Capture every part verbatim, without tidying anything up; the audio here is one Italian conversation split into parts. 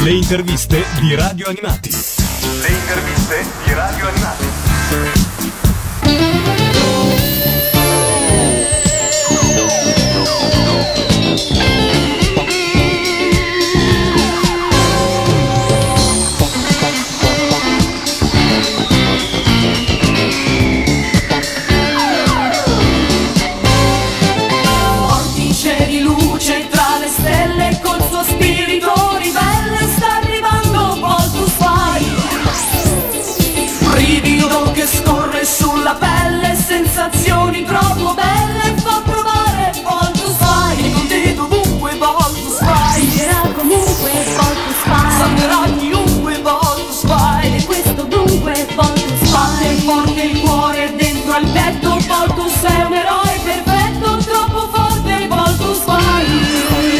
Le interviste di Radio Animati. Le interviste di Radio Animati. Vortice di luce tra le stelle, col suo spirito ribelle sta arrivando Voltus Five. Brivido che scorre sulla pelle, sensazioni troppo belle, fa provare Voltus Five. Con te dovunque Voltus Five, vincerà comunque Voltus Five, salverà chiunque Voltus Five. E questo dunque Voltus Five. Batte forte il cuore dentro al petto, Voltus è un eroe perfetto, troppo forte Voltus Five.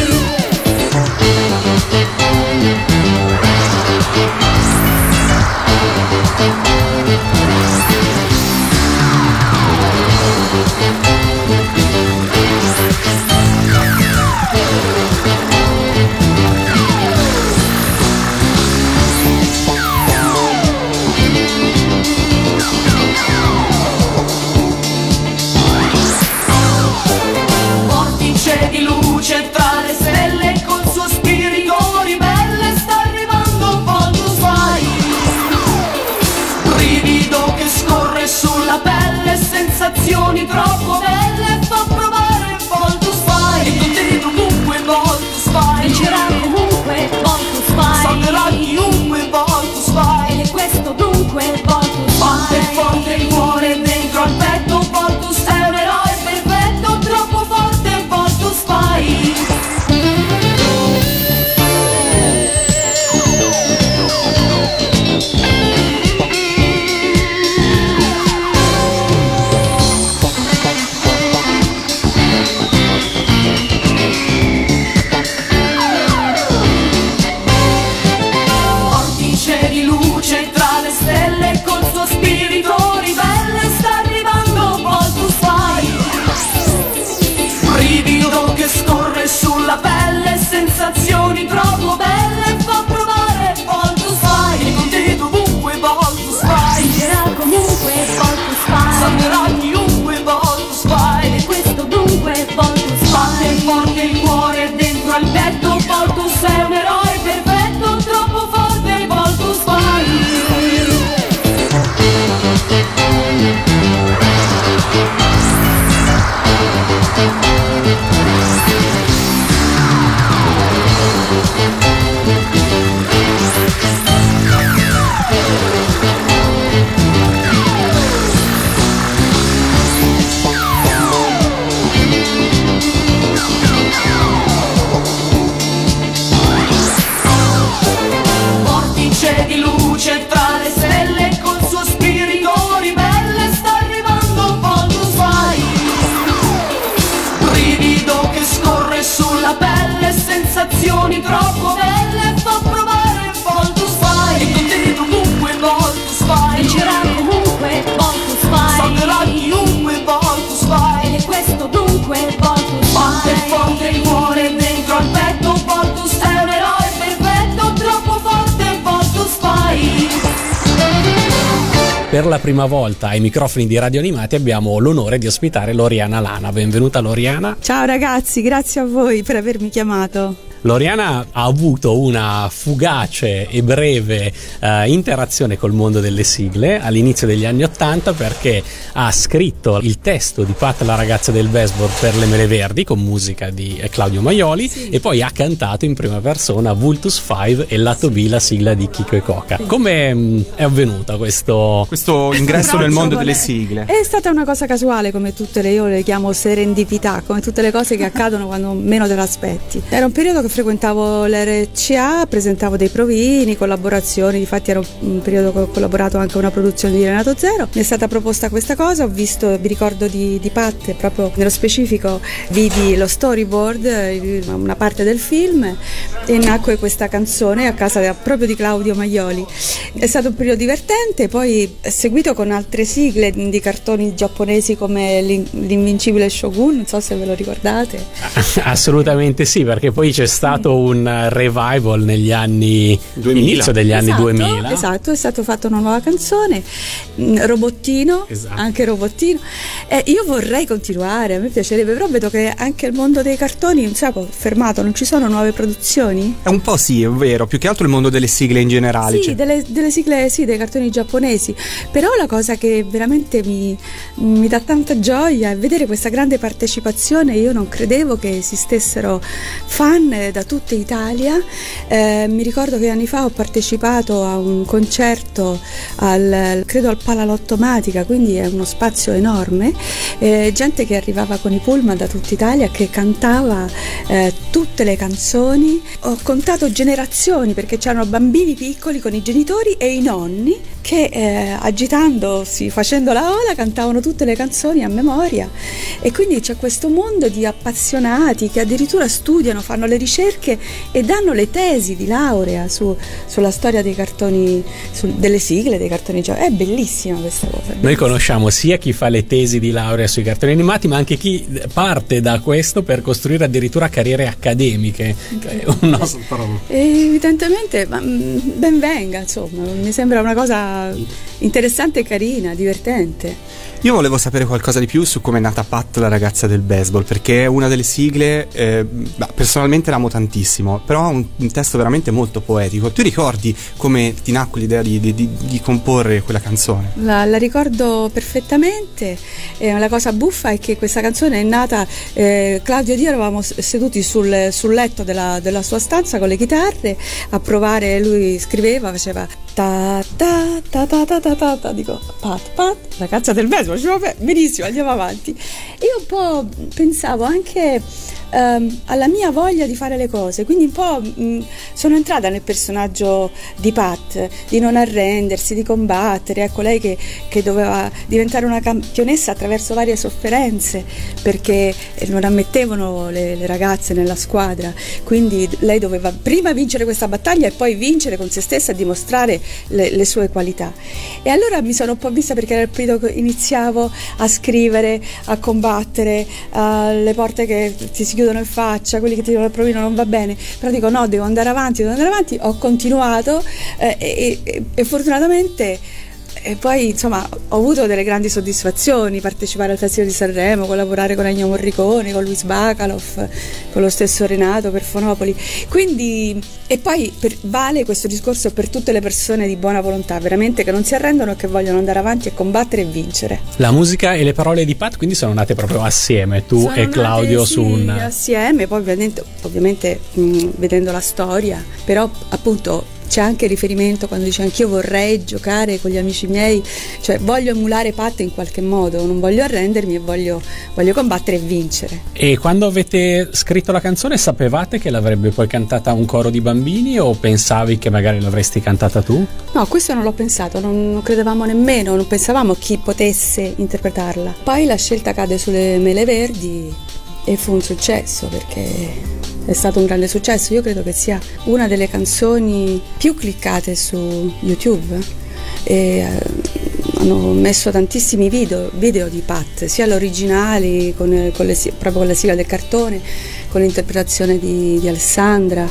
Vortice di luce tra le stelle, col suo spirito ribelle sta arrivando Voltus Five. Brivido che scorre sulla pelle, sensazioni troppo belle, fa provare Voltus Five. E con te dovunque Voltus Five, vincerà comunque Voltus Five, salverà chiunque Voltus Five. E questo dunque Voltus Five. Batte forte il cuore dentro al petto, Voltus è un eroe perfetto, troppo forte Voltus Five. Vortice di luce tra le stelle, col suo spirito ribelle sta arrivando Voltus Five. Brivido che scorre sulla pelle, sensazioni troppo belle, fa provare Voltus Five. E con te dovunque Voltus Five, vincerà comunque Voltus Five, salverà chiunque Voltus Five. E questo dunque Voltus Five. Batte forte il cuore dentro al petto, Voltus è un eroe perfetto, troppo forte Voltus Five. Vortice di luce tra le stelle, col suo spirito ribelle sta arrivando Voltus Five. Brivido che scorre sulla pelle, sensazioni troppo belle, fa provare Voltus Five. E con te dovunque Voltus Five, vincerà comunque Voltus Five, salverà chiunque Voltus Five. E questo dunque Voltus Five. Batte forte il cuore dentro al petto, Voltus è un eroe perfetto, troppo forte Voltus Five. Per la prima volta ai microfoni di Radio Animati abbiamo l'onore di ospitare Loriana Lana. Benvenuta Loriana. Ciao ragazzi, grazie a voi per avermi chiamato. Loriana ha avuto una fugace e breve eh, interazione col mondo delle sigle all'inizio degli anni Ottanta, perché ha scritto il testo di Pat la ragazza del baseball per le Mele Verdi con musica di eh, Claudio Maioli, sì. E poi ha cantato in prima persona Voltus Five e Lato B, la sigla di Chico e Coca. Sì. Come mh, è avvenuta questo, questo ingresso nel mondo delle sigle? È stata una cosa casuale, come tutte le, io le chiamo serendipità, come tutte le cose che accadono quando meno te l'aspetti. Era un periodo che frequentavo l'R C A, presentavo dei provini, collaborazioni, infatti era un periodo che ho collaborato anche a una produzione di Renato Zero. Mi è stata proposta questa cosa, ho visto, vi ricordo di, di Pat, proprio nello specifico vidi lo storyboard, una parte del film, e nacque questa canzone a casa proprio di Claudio Maioli. È stato un periodo divertente, poi seguito con altre sigle di cartoni giapponesi come l'Invincibile Shogun, non so se ve lo ricordate. Assolutamente sì, perché poi c'è stato un revival negli anni duemila. Inizio degli anni Esatto, duemila. esatto, è stato fatto una nuova canzone, mm, Robottino, Esatto. anche Robottino. Eh, io vorrei continuare, a me piacerebbe, però vedo che anche il mondo dei cartoni non si è fermato, non ci sono nuove produzioni. È un po' sì, è vero, più che altro il mondo delle sigle in generale. Sì, cioè- delle, delle sigle, sì, dei cartoni giapponesi. Però la cosa che veramente mi, mi dà tanta gioia è vedere questa grande partecipazione. Io non credevo che esistessero fan da tutta Italia. Eh, mi ricordo che anni fa ho partecipato a un concerto al, credo al Palalottomatica, quindi è uno spazio enorme, eh, gente che arrivava con i pullman da tutta Italia, che cantava eh, tutte le canzoni. Ho contato generazioni, perché c'erano bambini piccoli con i genitori e i nonni che eh, agitandosi, facendo la ola, cantavano tutte le canzoni a memoria. E quindi c'è questo mondo di appassionati che addirittura studiano, fanno le ricerche e danno le tesi di laurea su, sulla storia dei cartoni, su, delle sigle dei cartoni giapponesi. È bellissima questa cosa. Noi conosciamo sia chi fa le tesi di laurea sui cartoni animati, ma anche chi parte da questo per costruire addirittura carriere accademiche. Un nostro... E evidentemente, ma, mh, ben venga, insomma, mi sembra una cosa interessante, carina, divertente. Io volevo sapere qualcosa di più su come è nata Pat, la ragazza del baseball, perché è una delle sigle, eh, bah, personalmente l'amo tantissimo, però ha un, un testo veramente molto poetico. Tu ricordi come ti nacque l'idea di, di, di, di comporre quella canzone? La, la ricordo perfettamente. Eh, la cosa buffa è che questa canzone è nata, eh, Claudio e io eravamo seduti sul, sul letto della, della sua stanza con le chitarre a provare. Lui scriveva, faceva ta ta ta ta ta ta ta, ta. Dico Pat, Pat, ragazza del baseball. Dicevo, beh, benissimo, andiamo avanti. Io un po' pensavo anche um, alla mia voglia di fare le cose, quindi un po' mh, sono entrata nel personaggio di Pat, di non arrendersi, di combattere. Ecco, lei che, che doveva diventare una campionessa attraverso varie sofferenze, perché non ammettevano le, le ragazze nella squadra, quindi lei doveva prima vincere questa battaglia e poi vincere con se stessa e dimostrare le, le sue qualità. E allora mi sono un po' vista, perché era il periodo che iniziavo a scrivere, a combattere, uh, le porte che ti si chiudono in faccia, quelli che ti dicono il provino non va bene, però dico no, devo andare avanti, devo andare avanti. Ho continuato eh, e, e, e fortunatamente e poi insomma ho avuto delle grandi soddisfazioni: partecipare al Festival di Sanremo, collaborare con Ennio Morricone, con Luis Bacalov, con lo stesso Renato per Fonopoli. Quindi, e poi per, vale questo discorso per tutte le persone di buona volontà, veramente, che non si arrendono e che vogliono andare avanti e combattere e vincere. La musica e le parole di Pat quindi sono nate proprio assieme, tu Sono e Claudio, nate, sì, su un... assieme, poi ovviamente, ovviamente mh, vedendo la storia, però appunto c'è anche riferimento quando dice anch'io vorrei giocare con gli amici miei, cioè voglio emulare Pat in qualche modo, non voglio arrendermi e voglio, voglio combattere e vincere. E quando avete scritto la canzone sapevate che l'avrebbe poi cantata un coro di bambini o pensavi che magari l'avresti cantata tu? No, questo non l'ho pensato, non, non credevamo nemmeno, non pensavamo chi potesse interpretarla. Poi la scelta cade sulle Mele Verdi e fu un successo, perché è stato un grande successo. Io credo che sia una delle canzoni più cliccate su YouTube e eh, hanno messo tantissimi video, video di Pat, sia l'originale con, con le, proprio con la sigla del cartone, con l'interpretazione di, di Alessandra,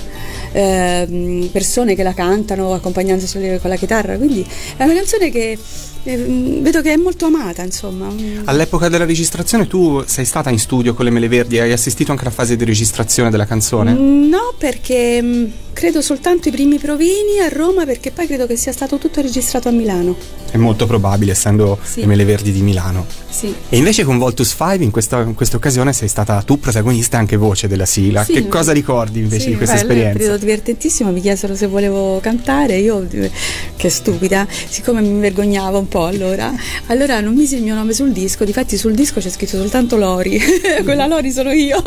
eh, persone che la cantano accompagnandosi con la chitarra, quindi è una canzone che eh, vedo che è molto amata, insomma. All'epoca della registrazione tu sei stata in studio con le Mele Verdi e hai assistito anche alla fase di registrazione della canzone? No, perché mh, credo soltanto i primi provini a Roma, perché poi credo che sia stato tutto registrato a Milano. È molto probabile, essendo Sì. le Mele Verdi di Milano. Sì. E invece con Voltus cinque in questa, in questa occasione sei stata tu protagonista e anche voce della sigla. Sì, che no. cosa ricordi invece Sì, di questa beh, È un esperienza? periodo divertentissimo, mi chiesero se volevo cantare, io che stupida, siccome mi vergognavo un po' allora, allora non misi il mio nome sul disco, difatti sul disco c'è scritto soltanto Lori, quella Lori sono io.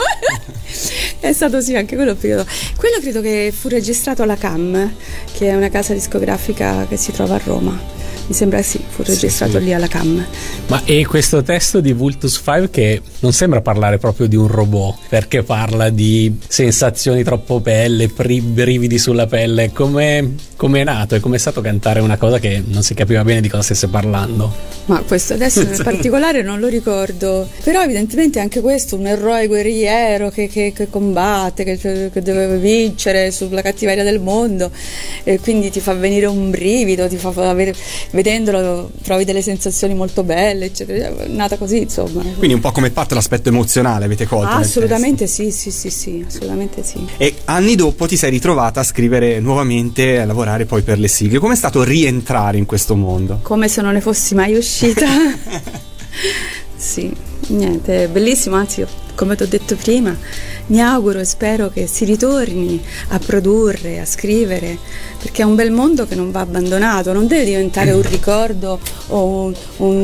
È stato sì anche quello periodo. Quello credo che fu registrato alla C A M, che è una casa discografica che si trova a Roma. Mi sembra sì, fu registrato sì. lì alla C A M. Ma e questo testo di Vultus cinque che non sembra parlare proprio di un robot, perché parla di sensazioni troppo belle, pri- brividi sulla pelle, come come è nato e come è stato cantare una cosa che non si capiva bene di cosa stesse parlando? Ma questo adesso in particolare non lo ricordo, però evidentemente anche questo un eroe guerriero che, che, che combatte, che, che deve vincere sulla cattiveria del mondo, e quindi ti fa venire un brivido, ti fa avere, vedendolo trovi delle sensazioni molto belle, eccetera. È nata così, insomma. Quindi un po' come parte l'aspetto emozionale avete colto? Ah, nel assolutamente sì, sì, sì, sì, assolutamente sì. E anni dopo ti sei ritrovata a scrivere nuovamente, a lavorare poi per le sigle. Com'è stato rientrare in questo mondo? Come se non ne fossi mai uscita. Sì, niente, è bellissimo, anzi io, come ti ho detto prima, mi auguro e spero che si ritorni a produrre, a scrivere, perché è un bel mondo che non va abbandonato, non deve diventare un ricordo o un,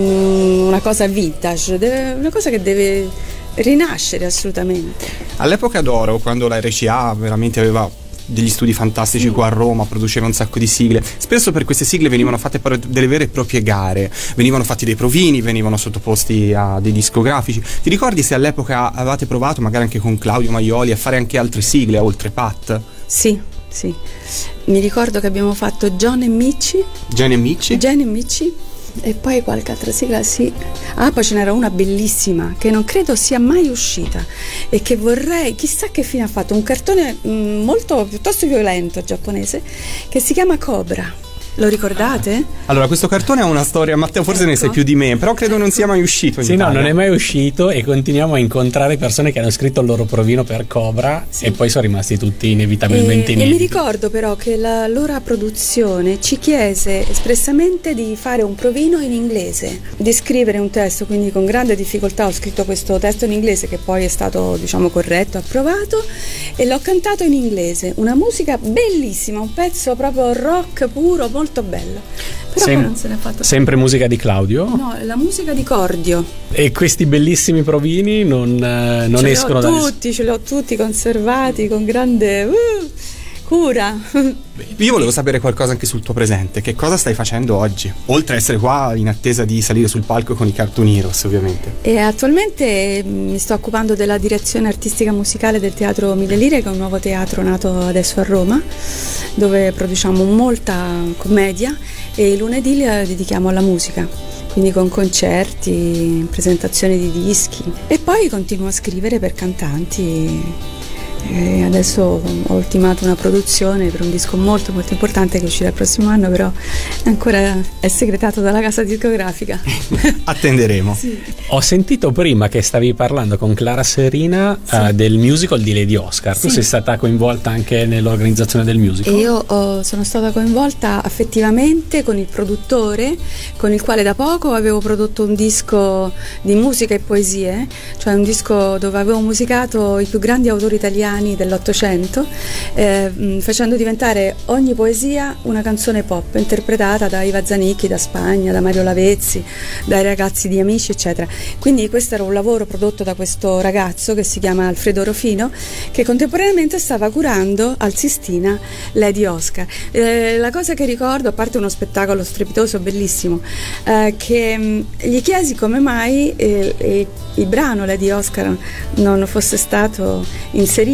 un, una cosa vintage, deve, una cosa che deve rinascere assolutamente. All'epoca d'oro, quando la R C A veramente aveva degli studi fantastici qua a Roma, produceva un sacco di sigle, spesso per queste sigle venivano fatte delle vere e proprie gare, venivano fatti dei provini, venivano sottoposti a dei discografici. Ti ricordi se all'epoca avevate provato, magari anche con Claudio Maioli, a fare anche altre sigle oltre Pat? Sì, sì, mi ricordo che abbiamo fatto John e Mici Gen e Mici? Gen e Mici e poi qualche altra sigla, sì. Ah, poi ce n'era una bellissima che non credo sia mai uscita e che vorrei, chissà che fine ha fatto, un cartone mh, molto piuttosto violento giapponese che si chiama Cobra. Lo ricordate? Allora, questo cartone ha una storia, Matteo forse ecco. ne sai più di me, però credo non sia mai uscito in Sì, Italia. no, non è mai uscito e continuiamo a incontrare persone che hanno scritto il loro provino per Cobra, sì. E poi sono rimasti tutti inevitabilmente e, inediti. E mi ricordo però che la loro produzione ci chiese espressamente di fare un provino in inglese, di scrivere un testo, quindi con grande difficoltà ho scritto questo testo in inglese che poi è stato, diciamo, corretto, approvato, e l'ho cantato in inglese, una musica bellissima, un pezzo proprio rock puro, molto bello, però Sem- poi non se n'è fatto sempre tanto. Musica di Claudio? No, la musica di Cordio. E questi bellissimi provini non, eh, non ce escono li ho da tutti, ce li ho tutti conservati con grande uh, cura. Io volevo sapere qualcosa anche sul tuo presente. Che cosa stai facendo oggi? Oltre a essere qua in attesa di salire sul palco con i Cartoon Heroes, ovviamente. E attualmente mi sto occupando della direzione artistica musicale del Teatro Mille Lire, che è un nuovo teatro nato adesso a Roma, dove produciamo molta commedia e i lunedì li dedichiamo alla musica, quindi con concerti, presentazioni di dischi, e poi continuo a scrivere per cantanti. E adesso ho ultimato una produzione per un disco molto molto importante che uscirà il prossimo anno, però ancora è segretato dalla casa discografica. Attenderemo. Sì. Ho sentito prima che stavi parlando con Clara Serina, sì. uh, del musical di Lady Oscar. Sì. Tu sei stata coinvolta anche nell'organizzazione del musical? E io oh, sono stata coinvolta affettivamente con il produttore, con il quale da poco avevo prodotto un disco di musica e poesie, cioè un disco dove avevo musicato i più grandi autori italiani dell'Ottocento, eh, facendo diventare ogni poesia una canzone pop interpretata da Iva Zanicchi, da Spagna, da Mario Lavezzi, dai ragazzi di Amici, eccetera. Quindi questo era un lavoro prodotto da questo ragazzo che si chiama Alfredo Rofino, che contemporaneamente stava curando al Sistina Lady Oscar. Eh, la cosa che ricordo, a parte uno spettacolo strepitoso bellissimo, eh, che mh, gli chiesi come mai eh, eh, il brano Lady Oscar non fosse stato inserito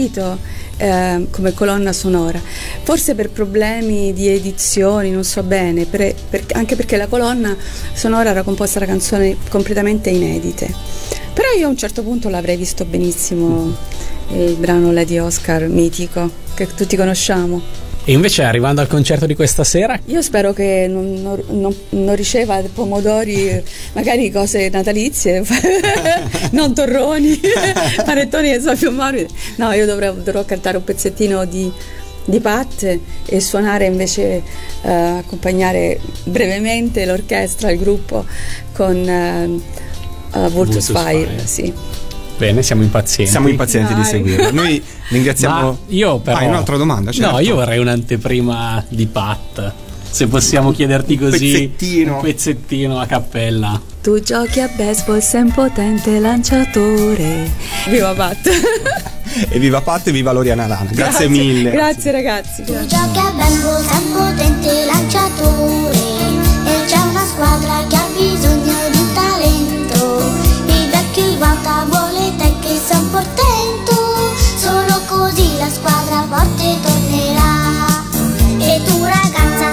Eh, come colonna sonora, forse per problemi di edizioni, non so bene, per, per, anche perché la colonna sonora era composta da canzoni completamente inedite, però io a un certo punto l'avrei visto benissimo, eh, il brano Lady Oscar mitico che tutti conosciamo. E invece, arrivando al concerto di questa sera, io spero che non, non, non, non riceva pomodori, magari cose natalizie, non torroni, panettoni e so più morbidi. No, io dovrò, dovrò cantare un pezzettino di, di Pat e suonare invece, eh, accompagnare brevemente l'orchestra, il gruppo con eh, uh, Vultus Fire, sì. Bene, siamo impazienti. Siamo impazienti Dai. di seguirlo. Noi ringraziamo. Ma io però. Hai un'altra domanda? Certo. No, io vorrei un'anteprima di Pat. Se possiamo chiederti così. Un pezzettino. Un pezzettino a cappella. Tu giochi a baseball, sei un potente lanciatore. Viva Pat! E viva Pat e viva Loriana Lana. Grazie, Grazie mille. Grazie ragazzi. Tu giochi a baseball, sei un potente lanciatore e c'è una squadra che ha bisogno di un talento. Il vecchio volta vuole te che sei un portento. Solo così la squadra forte tornerà. E tu ragazza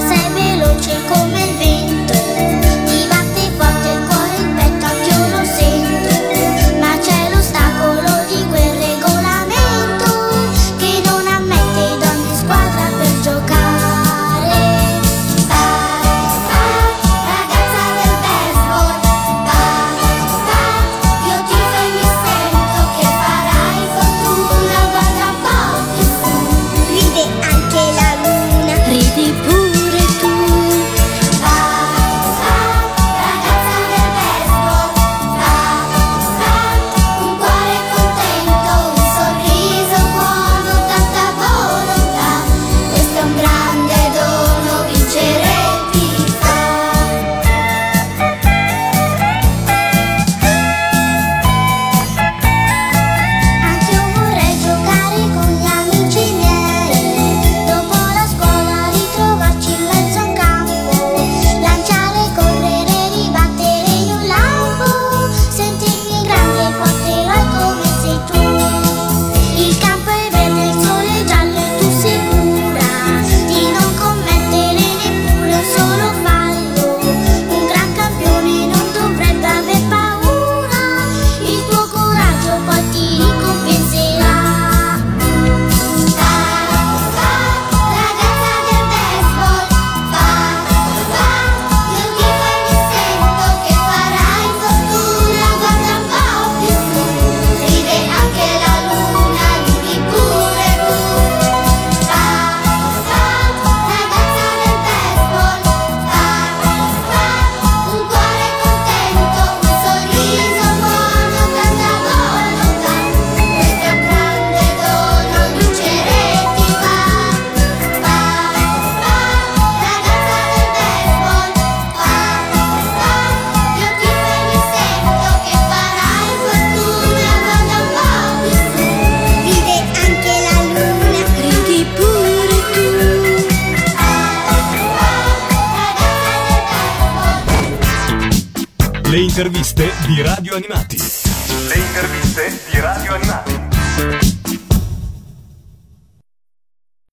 Le interviste di Radio Animati. Le interviste di Radio Animati.